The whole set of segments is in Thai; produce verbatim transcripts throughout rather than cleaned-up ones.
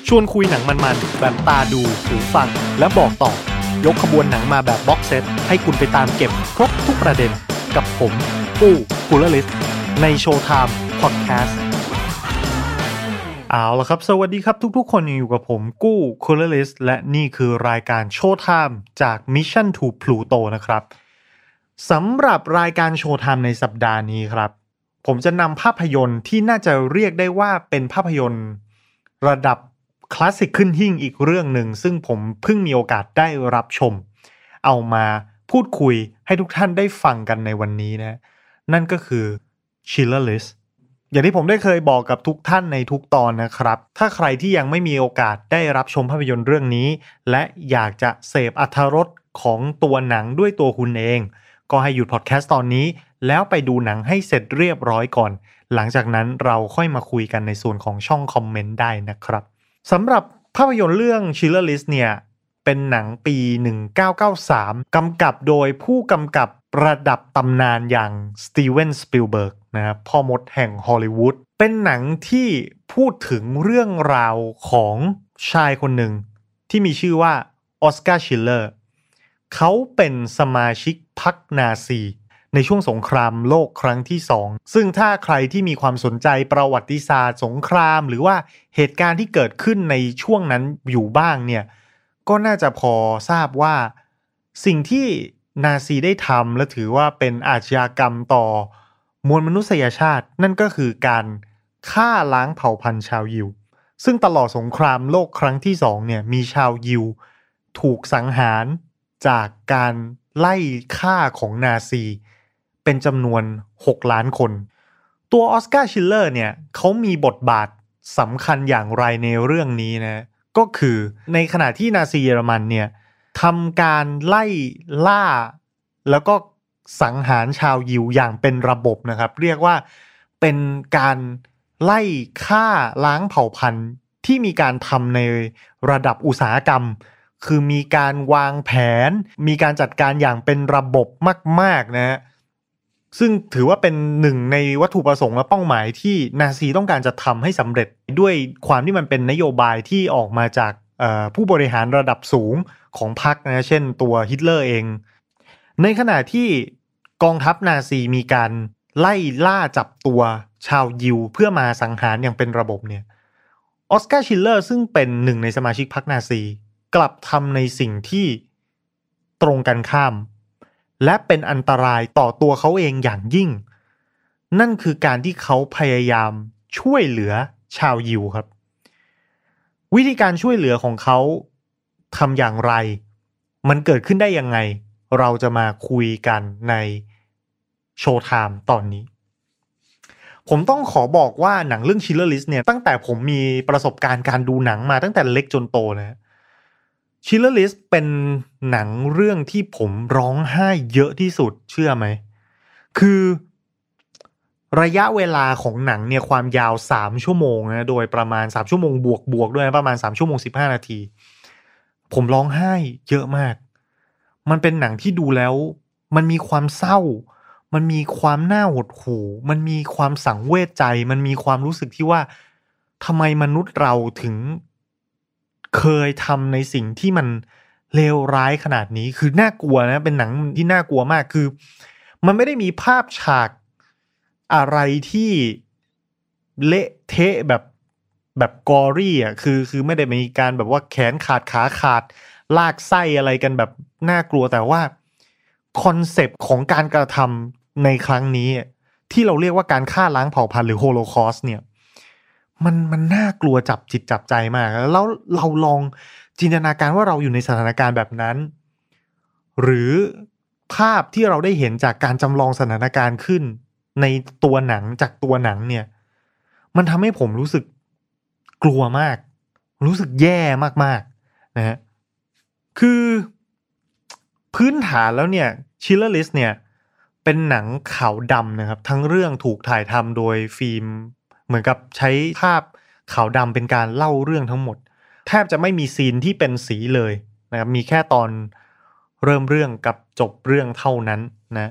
ชวนคุยหนังมันๆแบบตาดูหูฟังและบอกต่อยกขบวนหนังมาแบบบ็อกเซตให้คุณไปตามเก็บครบทุกประเด็นกับผมกู้กูลลิสในโชว์ไทม์พอดแคสต์เอาล่ะครับสวัสดีครับทุกๆคนอยู่กับผมกู้กูลลิสและนี่คือรายการโชว์ไทม์จาก Mission to Pluto นะครับสำหรับรายการโชว์ไทม์ในสัปดาห์นี้ครับผมจะนำภาพยนตร์ที่น่าจะเรียกได้ว่าเป็นภาพยนตร์ระดับคลาสสิกขึ้นหิ้งอีกเรื่องหนึ่งซึ่งผมเพิ่งมีโอกาสได้รับชมเอามาพูดคุยให้ทุกท่านได้ฟังกันในวันนี้นะนั่นก็คือ Schindler's List อย่างที่ผมได้เคยบอกกับทุกท่านในทุกตอนนะครับถ้าใครที่ยังไม่มีโอกาสได้รับชมภาพยนตร์เรื่องนี้และอยากจะเสพอรรถรสของตัวหนังด้วยตัวคุณเองก็ให้หยุดพอดแคสต์ตอนนี้แล้วไปดูหนังให้เสร็จเรียบร้อยก่อนหลังจากนั้นเราค่อยมาคุยกันในส่วนของช่องคอมเมนต์ได้นะครับสำหรับภาพยนตร์เรื่อง Schindler's List เนี่ยเป็นหนังปีหนึ่งเก้าเก้าสามกำกับโดยผู้กำกับระดับตำนานอย่างสตีเวนสปิลเบิร์กนะครับพ่อมดแห่งฮอลลีวูดเป็นหนังที่พูดถึงเรื่องราวของชายคนหนึ่งที่มีชื่อว่าออสการ์ชิลเลอร์เขาเป็นสมาชิกพรรคนาซีในช่วงสงครามโลกครั้งที่สองซึ่งถ้าใครที่มีความสนใจประวัติศาสตร์สงครามหรือว่าเหตุการณ์ที่เกิดขึ้นในช่วงนั้นอยู่บ้างเนี่ยก็น่าจะพอทราบว่าสิ่งที่นาซีได้ทำและถือว่าเป็นอาชญากรรมต่อมวลมนุษยชาตินั่นก็คือการฆ่าล้างเผ่าพันธุ์ชาวยิวซึ่งตลอดสงครามโลกครั้งที่สองเนี่ยมีชาวยิวถูกสังหารจากการไล่ฆ่าของนาซีเป็นจำนวนหกล้านคนตัวออสการ์ชิลเลอร์เนี่ยเขามีบทบาทสำคัญอย่างไรในเรื่องนี้นะก็คือในขณะที่นาซีเยอรมันเนี่ยทำการไล่ล่าแล้วก็สังหารชาวยิวอย่างเป็นระบบนะครับเรียกว่าเป็นการไล่ฆ่าล้างเผ่าพันธุ์ที่มีการทำในระดับอุตสาหกรรมคือมีการวางแผนมีการจัดการอย่างเป็นระบบมากๆนะฮะซึ่งถือว่าเป็นหนึ่งในวัตถุประสงค์และเป้าหมายที่นาซีต้องการจะทำให้สำเร็จด้วยความที่มันเป็นนโยบายที่ออกมาจากผู้บริหารระดับสูงของพรรคนะเช่นตัวฮิตเลอร์เองในขณะที่กองทัพนาซีมีการไล่ล่าจับตัวชาวยิวเพื่อมาสังหารอย่างเป็นระบบเนี่ยออสการ์ชิลเลอร์ซึ่งเป็นหนึ่งในสมาชิกพรรคนาซีกลับทำในสิ่งที่ตรงกันข้ามและเป็นอันตรายต่อตัวเขาเองอย่างยิ่งนั่นคือการที่เขาพยายามช่วยเหลือชาวยิวครับวิธีการช่วยเหลือของเขาทำอย่างไรมันเกิดขึ้นได้ยังไงเราจะมาคุยกันในโชว์ไทม์ตอนนี้ผมต้องขอบอกว่าหนังเรื่อง Schindler's List เนี่ยตั้งแต่ผมมีประสบการณ์การดูหนังมาตั้งแต่เล็กจนโตนะSchindler's List เป็นหนังเรื่องที่ผมร้องไห้เยอะที่สุดเชื่อไหมคือระยะเวลาของหนังเนี่ยความยาวสามชั่วโมงนะโดยประมาณสามชั่วโมงบวกๆด้วยประมาณสามชั่วโมงสิบห้านาทีผมร้องไห้เยอะมากมันเป็นหนังที่ดูแล้วมันมีความเศร้ามันมีความน่าหดหู่มันมีความสังเวชใจมันมีความรู้สึกที่ว่าทำไมมนุษย์เราถึงเคยทำในสิ่งที่มันเลวร้ายขนาดนี้คือน่ากลัวนะเป็นหนังที่น่ากลัวมากคือมันไม่ได้มีภาพฉากอะไรที่เละเทะแบบแบบกอรี่อ่ะคือคือไม่ได้มีการแบบว่าแขนขาดขาขาดลากไส้อะไรกันแบบน่ากลัวแต่ว่าคอนเซปต์ของการกระทำในครั้งนี้ที่เราเรียกว่าการฆ่าล้างเผ่าพันธุ์หรือโฮโลคอสต์เนี่ยมันมันน่ากลัวจับจิตจับใจมากแล้วเราลองจินตนาการว่าเราอยู่ในสถานการณ์แบบนั้นหรือภาพที่เราได้เห็นจากการจำลองสถานการณ์ขึ้นในตัวหนังจากตัวหนังเนี่ยมันทำให้ผมรู้สึกกลัวมากรู้สึกแย่มากๆนะฮะคือพื้นฐานแล้วเนี่ย Schindler's List เนี่ยเป็นหนังขาวดำนะครับทั้งเรื่องถูกถ่ายทำโดยฟิล์มเหมือนกับใช้ภาพขาวดำเป็นการเล่าเรื่องทั้งหมดแทบจะไม่มีซีนที่เป็นสีเลยนะครับมีแค่ตอนเริ่มเรื่องกับจบเรื่องเท่านั้นนะ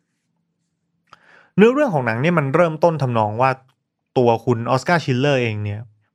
เนื้อเรื่องของหนังเนี่ยมันเริ่มต้นทำนองว่าตัวคุณออสการ์ชิลเลอร์เองเนี่ย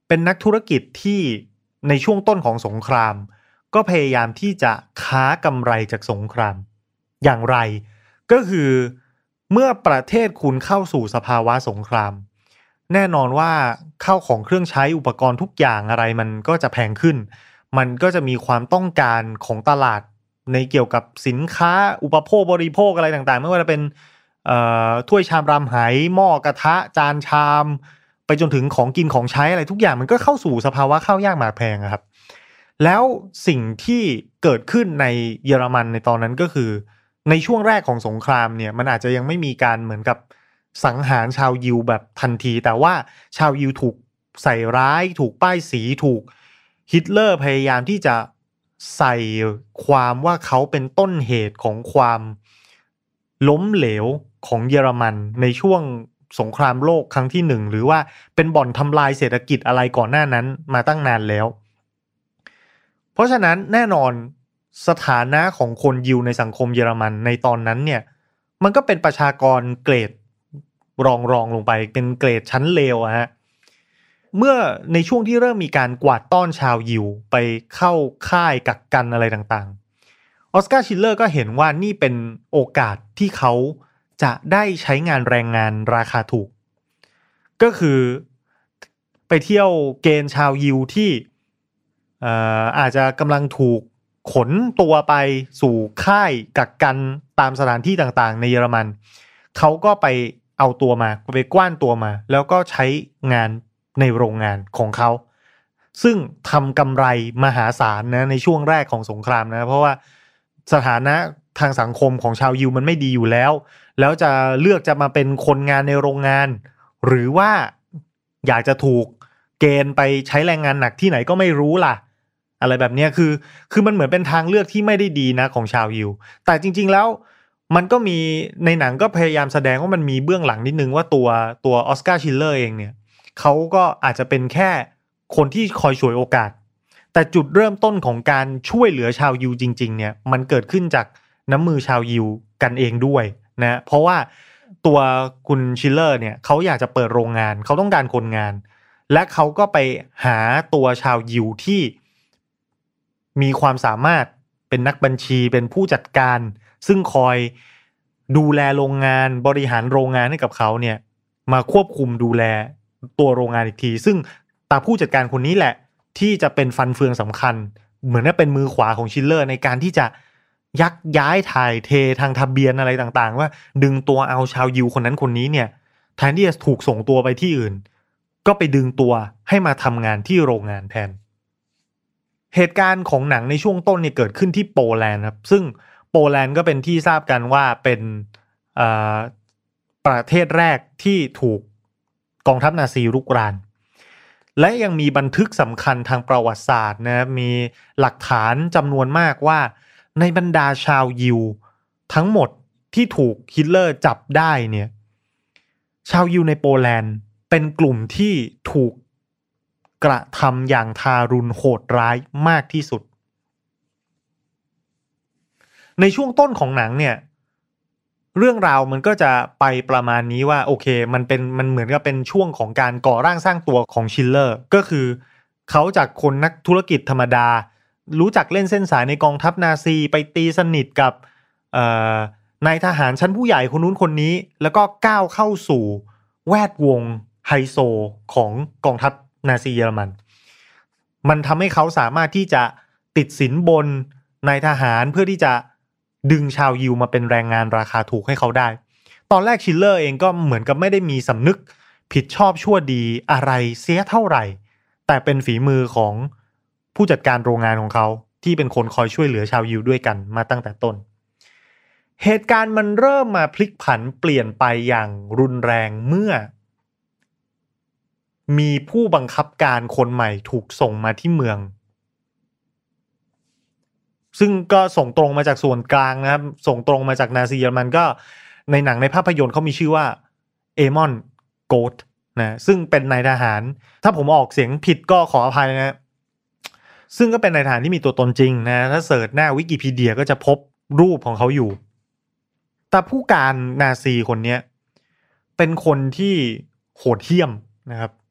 เป็นนักธุรกิจที่ในช่วงต้นของสงครามก็พยายามที่จะค้ากำไรจากสงครามอย่างไรก็คือเมื่อประเทศคุณเข้าสู่สภาวะสงครามแน่นอนว่าข้าวของเครื่องใช้อุปกรณ์ทุกอย่างอะไรมันก็จะแพงขึ้นมันก็จะมีความต้องการของตลาดในเกี่ยวกับสินค้าอุปโภคบริโภคอะไรต่างๆไม่ว่าจะเป็นเอ่อถ้วยชามรามไหหม้อกระทะจานชามไปจนถึงของกินของใช้อะไรทุกอย่างมันก็เข้าสู่สภาวะข้าวยากหมากแพงครับแล้วสิ่งที่เกิดขึ้นในเยอรมันในตอนนั้นก็คือในช่วงแรกของสงครามเนี่ยมันอาจจะยังไม่มีการเหมือนกับสังหารชาวยิวแบบทันทีแต่ว่าชาวยิวถูกใส่ร้ายถูกป้ายสีถูกฮิตเลอร์พยายามที่จะใส่ความว่าเขาเป็นต้นเหตุของความล้มเหลวของเยอรมันในช่วงสงครามโลกครั้งที่หนึ่งหรือว่าเป็นบ่อนทำลายเศรษฐกิจอะไรก่อนหน้านั้นมาตั้งนานแล้วเพราะฉะนั้นแน่นอนสถานะของคนยิวในสังคมเยอรมันในตอนนั้นเนี่ยมันก็เป็นประชากรเกรดรองรองลงไปเป็นเกรดชั้นเลวอะฮะเมื่อในช่วงที่เริ่มมีการกวาดต้อนชาวยิวไปเข้าค่ายกักกันอะไรต่างๆออสการ์ชิลเลอร์ก็เห็นว่านี่เป็นโอกาสที่เขาจะได้ใช้งานแรงงานราคาถูกก็คือไปเที่ยวเกณฑ์ชาวยิวที่เอ่ออาจจะกำลังถูกขนตัวไปสู่ค่ายกักกันตามสถานที่ต่างๆในเยอรมันเขาก็ไปเอาตัวมาไปกว้านตัวมาแล้วก็ใช้งานในโรงงานของเขาซึ่งทำกำไรมหาศาลนะในช่วงแรกของสงครามนะเพราะว่าสถานะทางสังคมของชาวยิวมันไม่ดีอยู่แล้วแล้วจะเลือกจะมาเป็นคนงานในโรงงานหรือว่าอยากจะถูกเกณฑ์ไปใช้แรงงานหนักที่ไหนก็ไม่รู้ล่ะอะไรแบบนี้คือคือมันเหมือนเป็นทางเลือกที่ไม่ได้ดีนะของชาวยิวแต่จริงๆแล้วมันก็มีในหนังก็พยายามแสดงว่ามันมีเบื้องหลังนิดนึงว่าตัวตัวออสการ์ชิลเลอร์เองเนี่ยเขาก็อาจจะเป็นแค่คนที่คอยฉวยโอกาสแต่จุดเริ่มต้นของการช่วยเหลือชาวยิวจริงๆเนี่ยมันเกิดขึ้นจากน้ำมือชาวยิวกันเองด้วยนะเพราะว่าตัวคุณชิลเลอร์เนี่ยเขาอยากจะเปิดโรงงานเขาต้องการคนงานและเขาก็ไปหาตัวชาวยิวที่มีความสามารถเป็นนักบัญชีเป็นผู้จัดการซึ่งคอยดูแลโรงงานบริหารโรงงานให้กับเขาเนี่ยมาควบคุมดูแลตัวโรงงานอีกทีซึ่งตาผู้จัดการคนนี้แหละที่จะเป็นฟันเฟืองสำคัญเหมือนกับเป็นมือขวาของชิลเลอร์ในการที่จะยักย้ายถ่ายเททางทะเบียนอะไรต่างๆว่าดึงตัวเอาชาวยิวคนนั้นคนนี้เนี่ยแทนที่จะถูกส่งตัวไปที่อื่นก็ไปดึงตัวให้มาทำงานที่โรงงานแทนเหตุการณ์ของหนังในช่วงต้นเนี่ยเกิดขึ้นที่โปแลนด์ครับซึ่งโปแลนด์ก็เป็นที่ทราบกันว่าเป็นประเทศแรกที่ถูกกองทัพนาซีรุกรานและยังมีบันทึกสำคัญทางประวัติศาสตร์นะมีหลักฐานจำนวนมากว่าในบรรดาชาวยิวทั้งหมดที่ถูกฮิตเลอร์จับได้เนี่ยชาวยิวในโปแลนด์เป็นกลุ่มที่ถูกกระทำอย่างทารุณโหดร้ายมากที่สุดในช่วงต้นของหนังเนี่ยเรื่องราวมันก็จะไปประมาณนี้ว่าโอเคมันเป็นมันเหมือนกับเป็นช่วงของการก่อร่างสร้างตัวของชิลเลอร์ก็คือเขาจากคนนักธุรกิจธรรมดารู้จักเล่นเส้นสายในกองทัพนาซีไปตีสนิทกับนายทหารชั้นผู้ใหญ่คนนู้นคนนี้แล้วก็ก้าวเข้าสู่แวดวงไฮโซของกองทัพนาซีเยอรมันมันทำให้เขาสามารถที่จะติดสินบนนายทหารเพื่อที่จะดึงชาวยิวมาเป็นแรงงานราคาถูกให้เขาได้ตอนแรกชิลเลอร์เองก็เหมือนกับไม่ได้มีสำนึกผิดชอบชั่วดีอะไรเสียเท่าไหร่แต่เป็นฝีมือของผู้จัดการโรงงานของเขาที่เป็นคนคอยช่วยเหลือชาวยิวด้วยกันมาตั้งแต่ต้นเหตุการณ์มันเริ่มมาพลิกผันเปลี่ยนไปอย่างรุนแรงเมื่อมีผู้บังคับการคนใหม่ถูกส่งมาที่เมืองซึ่งก็ส่งตรงมาจากส่วนกลางนะครับส่งตรงมาจากนาซีเยอรมันก็ในหนังในภาพยนตร์เขามีชื่อว่าเอมอนโกทนะซึ่งเป็นนายทหารถ้าผมออกเสียงผิดก็ขออภัยนะซึ่งก็เป็นนายทหารที่มีตัวตนจริงนะถ้าเสิร์ชหน้าวิกิพีเดียก็จะพบรูปของเขาอยู่แต่ผู้การนาซีคนนี้เป็นคนที่โหดเหี้ยมนะครับ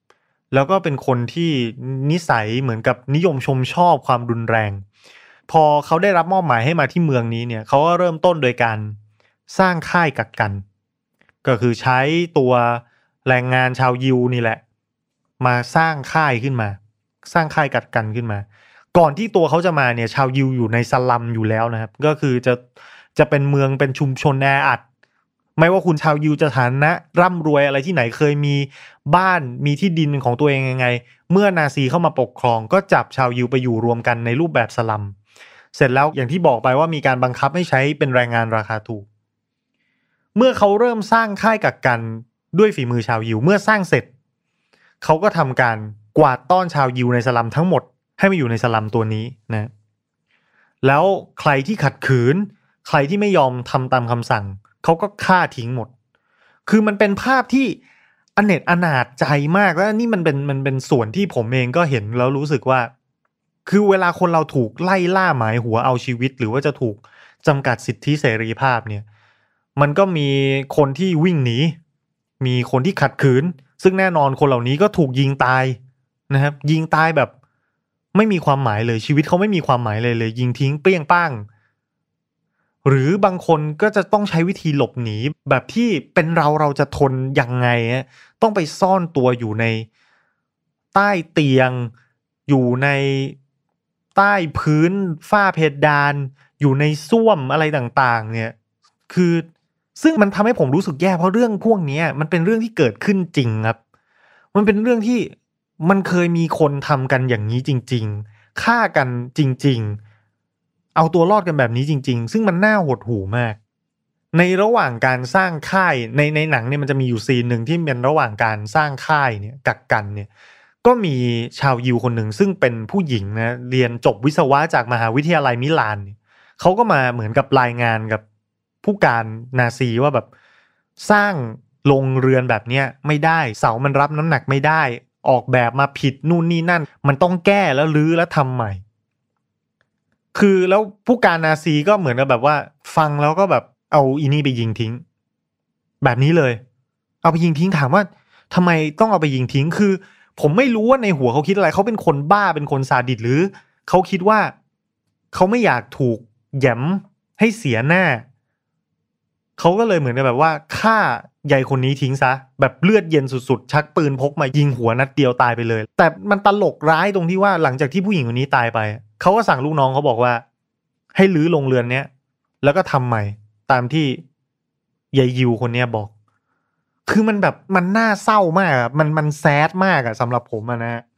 แล้วก็เป็นคนที่นิสัยเหมือนกับนิยมชมชอบความรุนแรงพอเขาได้รับมอบหมายให้มาที่เมืองนี้เนี่ยเขาก็เริ่มต้นโดยการสร้างค่ายกักกันก็คือใช้ตัวแรงงานชาวยิวนี่แหละมาสร้างค่ายขึ้นมาสร้างค่ายกักกันขึ้นมาก่อนที่ตัวเขาจะมาเนี่ยชาวยิวอยู่ในสลัมอยู่แล้วนะครับก็คือจะจะเป็นเมืองเป็นชุมชนแออัดไม่ว่าคุณชาวยิวจะฐานะร่ำรวยอะไรที่ไหนเคยมีบ้านมีที่ดินของตัวเองยังไงเมื่อนาซีเข้ามาปกครองก็จับชาวยิวไปอยู่รวมกันในรูปแบบสลัมเสร็จแล้วอย่างที่บอกไปว่ามีการบังคับให้ใช้เป็นแรงงานราคาถูกเมื่อเขาเริ่มสร้างค่ายกักกันด้วยฝีมือชาวยิวเมื่อสร้างเสร็จเขาก็ทำการกวาดต้อนชาวยิวในสลัมทั้งหมดให้มาอยู่ในสลัมตัวนี้นะแล้วใครที่ขัดขืนใครที่ไม่ยอมทำตามคำสั่งเขาก็ฆ่าทิ้งหมดคือมันเป็นภาพที่อเนจอนาถใจมากแล้วนี่มันเป็นมันเป็นส่วนที่ผมเองก็เห็นแล้วรู้สึกว่าคือเวลาคนเราถูกไล่ล่าหมายหัวเอาชีวิตหรือว่าจะถูกจำกัดสิทธิเสรีภาพเนี่ยมันก็มีคนที่วิ่งหนีมีคนที่ขัดขืนซึ่งแน่นอนคนเหล่านี้ก็ถูกยิงตายนะครับยิงตายแบบไม่มีความหมายเลยชีวิตเขาไม่มีความหมายเลยเลยยิงทิ้งเปรี้ยงป้างหรือบางคนก็จะต้องใช้วิธีหลบหนีแบบที่เป็นเราเราจะทนยังไงต้องไปซ่อนตัวอยู่ในใต้เตียงอยู่ในใต้พื้นฝ้าเพดานอยู่ในส้วมอะไรต่างๆเนี่ยคือซึ่งมันทำให้ผมรู้สึกแย่เพราะเรื่องพวกนี้มันเป็นเรื่องที่เกิดขึ้นจริงครับมันเป็นเรื่องที่มันเคยมีคนทำกันอย่างนี้จริงๆฆ่ากันจริงๆเอาตัวรอดกันแบบนี้จริงๆซึ่งมันน่าหดหู่มากในระหว่างการสร้างค่ายในในหนังเนี่ยมันจะมีอยู่ซีนหนึ่งที่เป็นระหว่างการสร้างค่ายเนี่ยกักกันเนี่ยก็มีชาวยิวคนหนึ่งซึ่งเป็นผู้หญิงนะเรียนจบวิศวะจากมหาวิทยาลัยมิลานเขาก็มาเหมือนกับรายงานกับผู้การนาซีว่าแบบสร้างโรงเรือนแบบนี้ไม่ได้เสามันรับน้ำหนักไม่ได้ออกแบบมาผิดนู่นนี่นั่นมันต้องแก้แล้วรื้อแล้วทำใหม่คือแล้วผู้การนาซีก็เหมือนกับแบบว่าฟังแล้วก็แบบเอาอีนี่ไปยิงทิ้งแบบนี้เลยเอาไปยิงทิ้งถามว่าทำไมต้องเอาไปยิงทิ้งคือผมไม่รู้ว่าในหัวเขาคิดอะไรเขาเป็นคนบ้าเป็นคนซาดิสหรือเขาคิดว่าเขาไม่อยากถูกแหย้มให้เสียหน้าเขาก็เลยเหมือนกับแบบว่าฆ่ายายคนนี้ทิ้งซะแบบเลือดเย็นสุดๆชักปืนพกมายิงหัวนัดเดียวตายไปเลยแต่มันตลกร้ายตรงที่ว่าหลังจากที่ผู้หญิงคนนี้ตายไปเขาก็สั่งลูกน้องเขาบอกว่าให้รื้อโรงเรือนเนี้ยแล้วก็ทำใหม่ตามที่ยายยิวคนเนี้ยบอกคือมันแบบมันน่าเศร้ามากอะมันมันแซดมากอะสำหรับผมอะนะ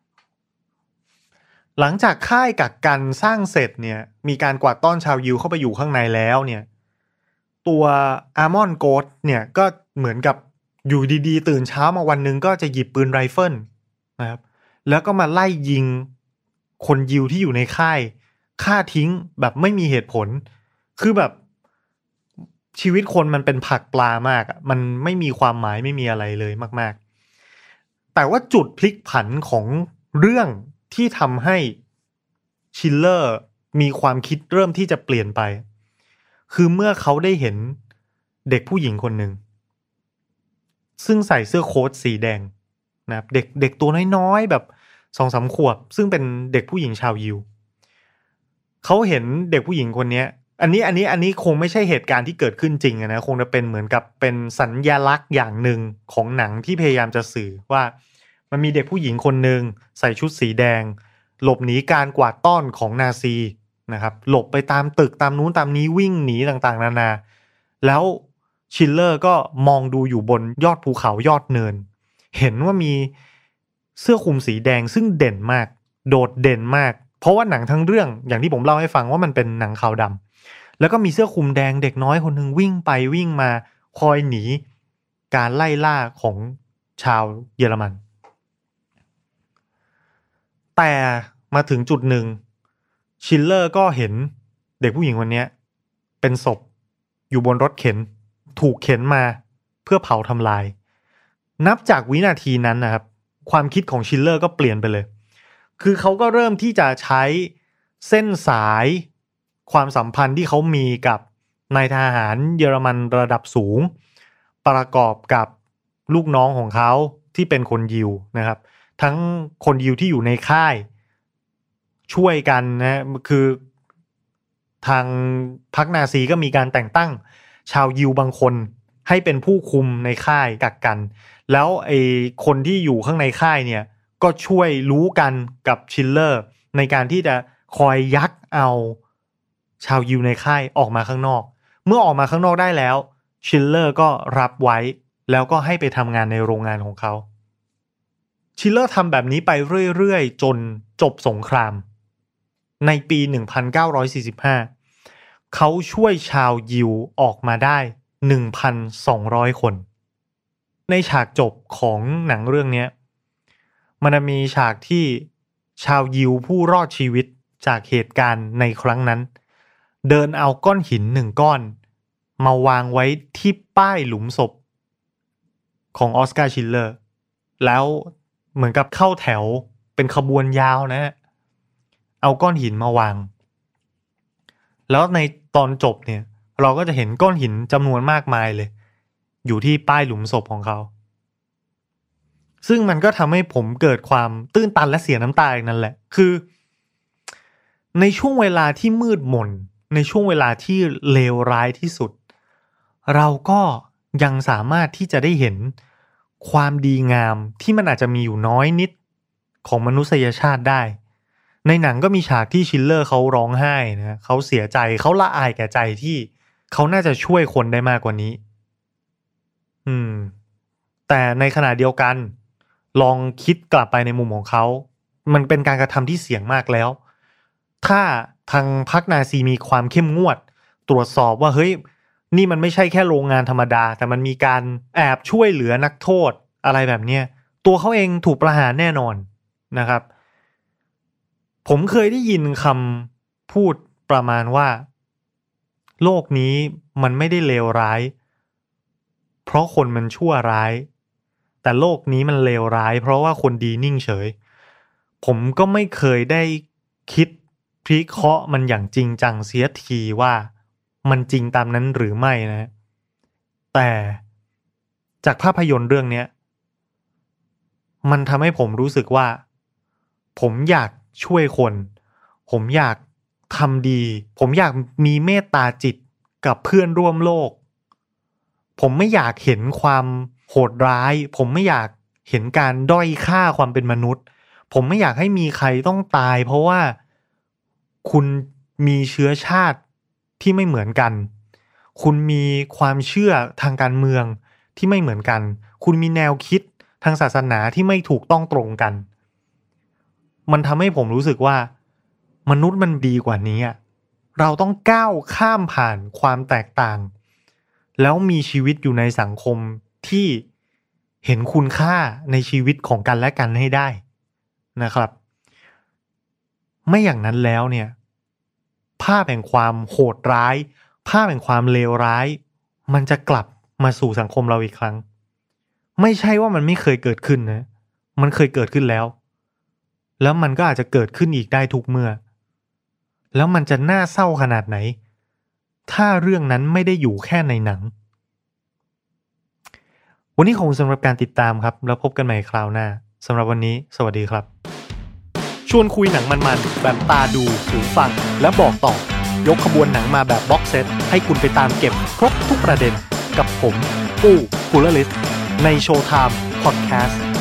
หลังจากค่ายกักกันสร้างเสร็จเนี่ยมีการกวาดต้อนชาวยิวเข้าไปอยู่ข้างในแล้วเนี่ยตัวอาร์มอนโกสเนี่ยก็เหมือนกับอยู่ดีๆตื่นเช้ามาวันนึงก็จะหยิบปืนไรเฟิลนะครับแล้วก็มาไล่ยิงคนยิวที่อยู่ในค่ายฆ่าทิ้งแบบไม่มีเหตุผลคือแบบชีวิตคนมันเป็นผักปลามากอ่ะมันไม่มีความหมายไม่มีอะไรเลยมากๆแต่ว่าจุดพลิกผันของเรื่องที่ทำให้ชิลเลอร์มีความคิดเริ่มที่จะเปลี่ยนไปคือเมื่อเขาได้เห็นเด็กผู้หญิงคนหนึ่งซึ่งใส่เสื้อโค้ทสีแดงนะครับเด็กเด็กตัวน้อยๆแบบ สองสาม ขวบซึ่งเป็นเด็กผู้หญิงชาวยิวเขาเห็นเด็กผู้หญิงคนนี้อันนี้อันนี้อันนี้คงไม่ใช่เหตุการณ์ที่เกิดขึ้นจริงนะคงจะเป็นเหมือนกับเป็นสัญลักษณ์อย่างหนึ่งของหนังที่พยายามจะสื่อว่ามันมีเด็กผู้หญิงคนหนึ่งใส่ชุดสีแดงหลบหนีการกวาดต้อนของนาซีนะครับหลบไปตามตึกตามนู้นตามนี้วิ่งหนีต่างๆนานาแล้วชิลเลอร์ก็มองดูอยู่บนยอดภูเขายอดเนินเห็นว่ามีเสื้อคลุมสีแดงซึ่งเด่นมากโดดเด่นมากเพราะว่าหนังทั้งเรื่องอย่างที่ผมเล่าให้ฟังว่ามันเป็นหนังขาวดำแล้วก็มีเสื้อคลุมแดงเด็กน้อยคนหนึ่งวิ่งไปวิ่งมาคอยหนีการไล่ล่าของชาวเยอรมันแต่มาถึงจุดหนึ่งชิลเลอร์ก็เห็นเด็กผู้หญิงคนนี้เป็นศพอยู่บนรถเข็นถูกเข็นมาเพื่อเผาทำลายนับจากวินาทีนั้นนะครับความคิดของชิลเลอร์ก็เปลี่ยนไปเลยคือเขาก็เริ่มที่จะใช้เส้นสายความสัมพันธ์ที่เขามีกับนายทหารเยอรมันระดับสูงประกอบกับลูกน้องของเขาที่เป็นคนยิวนะครับทั้งคนยิวที่อยู่ในค่ายช่วยกันนะคือทางพรรคนาซีก็มีการแต่งตั้งชาวยิวบางคนให้เป็นผู้คุมในค่ายกักกันแล้วไอ้คนที่อยู่ข้างในค่ายเนี่ยก็ช่วยรู้กันกับชิลเลอร์ในการที่จะคอยยักเอาชาวยิวในค่ายออกมาข้างนอกเมื่อออกมาข้างนอกได้แล้วชิลเลอร์ก็รับไว้แล้วก็ให้ไปทำงานในโรงงานของเขาชิลเลอร์ทำแบบนี้ไปเรื่อยๆจนจบสงครามในปีหนึ่งพันเก้าร้อยสี่สิบห้าเขาช่วยชาวยิวออกมาได้ หนึ่งพันสองร้อย คนในฉากจบของหนังเรื่องนี้มันมีฉากที่ชาวยิวผู้รอดชีวิตจากเหตุการณ์ในครั้งนั้นเดินเอาก้อนหินหนึ่งก้อนมาวางไว้ที่ป้ายหลุมศพของออสการ์ชิลเลอร์แล้วเหมือนกับเข้าแถวเป็นขบวนยาวนะเอาก้อนหินมาวางแล้วในตอนจบเนี่ยเราก็จะเห็นก้อนหินจำนวนมากมายเลยอยู่ที่ป้ายหลุมศพของเขาซึ่งมันก็ทำให้ผมเกิดความตื้นตันและเสียน้ำตาอีกนั่นแหละคือในช่วงเวลาที่มืดมนในช่วงเวลาที่เลวร้ายที่สุดเราก็ยังสามารถที่จะได้เห็นความดีงามที่มันอาจจะมีอยู่น้อยนิดของมนุษยชาติได้ในหนังก็มีฉากที่ชิลเลอร์เขาร้องไห้นะเขาเสียใจเขาละอายแก่ใจที่เขาน่าจะช่วยคนได้มากกว่านี้อืมแต่ในขณะเดียวกันลองคิดกลับไปในมุมของเขามันเป็นการกระทำที่เสี่ยงมากแล้วถ้าทางพรรคนาซีมีความเข้มงวดตรวจสอบว่าเฮ้ยนี่มันไม่ใช่แค่โรงงานธรรมดาแต่มันมีการแอบช่วยเหลือนักโทษอะไรแบบเนี้ยตัวเขาเองถูกประหารแน่นอนนะครับผมเคยได้ยินคำพูดประมาณว่าโลกนี้มันไม่ได้เลวร้ายเพราะคนมันชั่วร้ายแต่โลกนี้มันเลวร้ายเพราะว่าคนดีนิ่งเฉยผมก็ไม่เคยได้คิดพิเคราะห์มันอย่างจริงจังเสียทีว่ามันจริงตามนั้นหรือไม่นะแต่จากภาพยนตร์เรื่องนี้มันทำให้ผมรู้สึกว่าผมอยากช่วยคนผมอยากทำดีผมอยากมีเมตตาจิตกับเพื่อนร่วมโลกผมไม่อยากเห็นความโหดร้ายผมไม่อยากเห็นการด้อยค่าความเป็นมนุษย์ผมไม่อยากให้มีใครต้องตายเพราะว่าคุณมีเชื้อชาติที่ไม่เหมือนกันคุณมีความเชื่อทางการเมืองที่ไม่เหมือนกันคุณมีแนวคิดทางศาสนาที่ไม่ถูกต้องตรงกันมันทำให้ผมรู้สึกว่ามนุษย์มันดีกว่านี้เราต้องก้าวข้ามผ่านความแตกต่างแล้วมีชีวิตอยู่ในสังคมที่เห็นคุณค่าในชีวิตของกันและกันให้ได้นะครับไม่อย่างนั้นแล้วเนี่ยภาพแห่งความโหดร้ายภาพแห่งความเลวร้ายมันจะกลับมาสู่สังคมเราอีกครั้งไม่ใช่ว่ามันไม่เคยเกิดขึ้นนะมันเคยเกิดขึ้นแล้วแล้วมันก็อาจจะเกิดขึ้นอีกได้ทุกเมื่อแล้วมันจะน่าเศร้าขนาดไหนถ้าเรื่องนั้นไม่ได้อยู่แค่ในหนังวันนี้ขอบคุณสำหรับการติดตามครับแล้วพบกันใหม่คราวหน้าสำหรับวันนี้สวัสดีครับชวนคุยหนังมันๆแบบตาดูหูฟังและบอกต่อยกขบวนหนังมาแบบบ็อกเซตให้คุณไปตามเก็บครบทุกประเด็นกับผมปู้กูลลิสในโชว์ไทม์พอดแคสต์